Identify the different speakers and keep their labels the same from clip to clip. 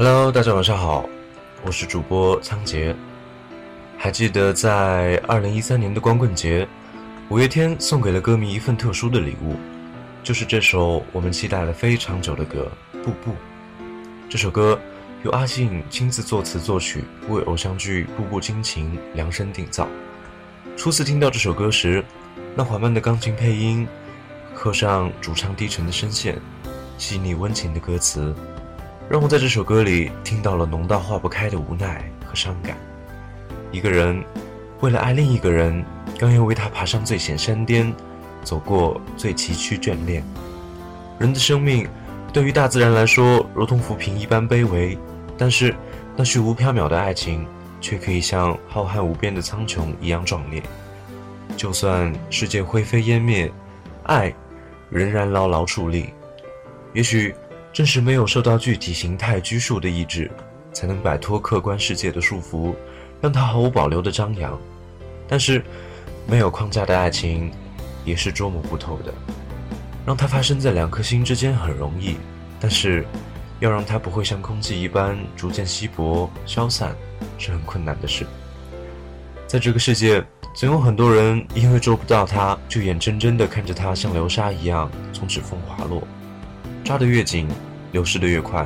Speaker 1: Hello，大家晚上好，我是主播仓颉。还记得在2013年的光棍节，五月天送给了歌迷一份特殊的礼物，就是这首我们期待了非常久的歌《步步》。这首歌由阿信亲自作词作曲，为偶像剧《步步惊情》量身定造。初次听到这首歌时，那缓慢的钢琴配音，刻上主唱低沉的声线，细腻温情的歌词，让我在这首歌里听到了浓到化不开的无奈和伤感。一个人为了爱另一个人，甘愿为他爬上最险山巅，走过最崎岖眷恋。人的生命对于大自然来说如同浮萍一般卑微，但是那虚无缥缈的爱情却可以像浩瀚无边的苍穹一样壮烈。就算世界灰飞烟灭，爱仍然牢牢矗立。也许正是没有受到具体形态拘束的意志，才能摆脱客观世界的束缚，让它毫无保留地张扬。但是没有框架的爱情也是捉摸不透的，让它发生在两颗心之间很容易，但是要让它不会像空气一般逐渐稀薄消散是很困难的事。在这个世界，总有很多人因为捉不到它，就眼睁睁地看着它像流沙一样从指缝滑落，抓得越紧，流失得越快。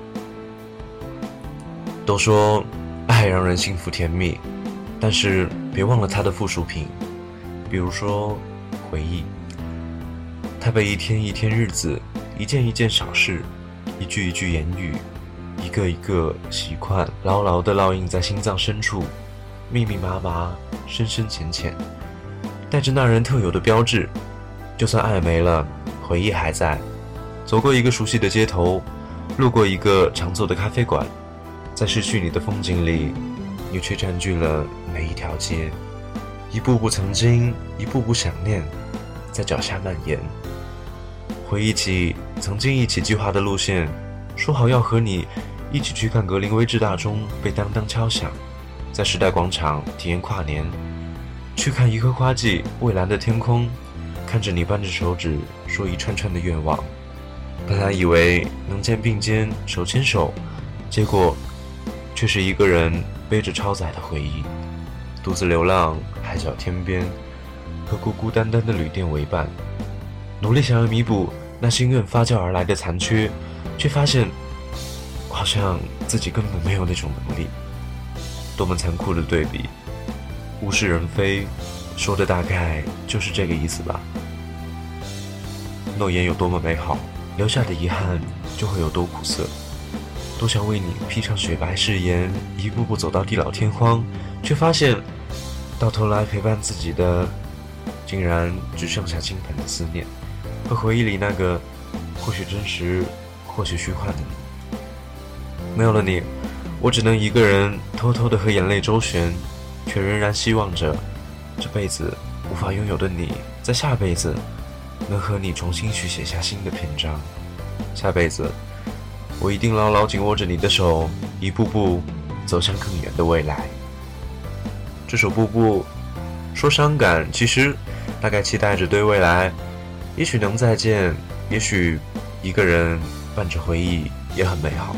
Speaker 1: 都说爱让人幸福甜蜜，但是别忘了它的附属品，比如说回忆。它被一天一天日子，一件一件小事，一句一句言语，一个一个习惯，牢牢地烙印在心脏深处，密密麻麻，深深浅浅，带着那人特有的标志。就算爱没了，回忆还在。走过一个熟悉的街头，路过一个常坐的咖啡馆，在失去你的风景里，你却占据了每一条街。一步步曾经，一步步想念，在脚下蔓延。回忆起曾经一起计划的路线，说好要和你一起去看格林威治大钟被当当敲响，在时代广场体验跨年，去看颐和花季蔚蓝的天空，看着你扳着手指说一串串的愿望。本来以为能肩并肩手牵手，结果却是一个人背着超载的回忆，独自流浪海角天边，和孤孤单单的旅店为伴，努力想要弥补那心愿发酵而来的残缺，却发现好像自己根本没有那种能力。多么残酷的对比，物是人非，说的大概就是这个意思吧。诺言有多么美好，留下的遗憾就会有多苦涩。多想为你披上雪白誓言，一步步走到地老天荒，却发现到头来陪伴自己的竟然只剩下倾盆的思念和回忆里那个或许真实或许虚幻的你。没有了你，我只能一个人偷偷地和眼泪周旋，却仍然希望着这辈子无法拥有的你，在下辈子能和你重新去写下新的篇章。下辈子我一定牢牢紧握着你的手，一步步走向更远的未来。这首《步步》说伤感，其实大概期待着对未来，也许能再见，也许一个人伴着回忆也很美好。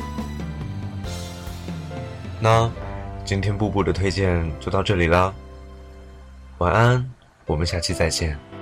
Speaker 1: 那今天《步步》的推荐就到这里啦，晚安，我们下期再见。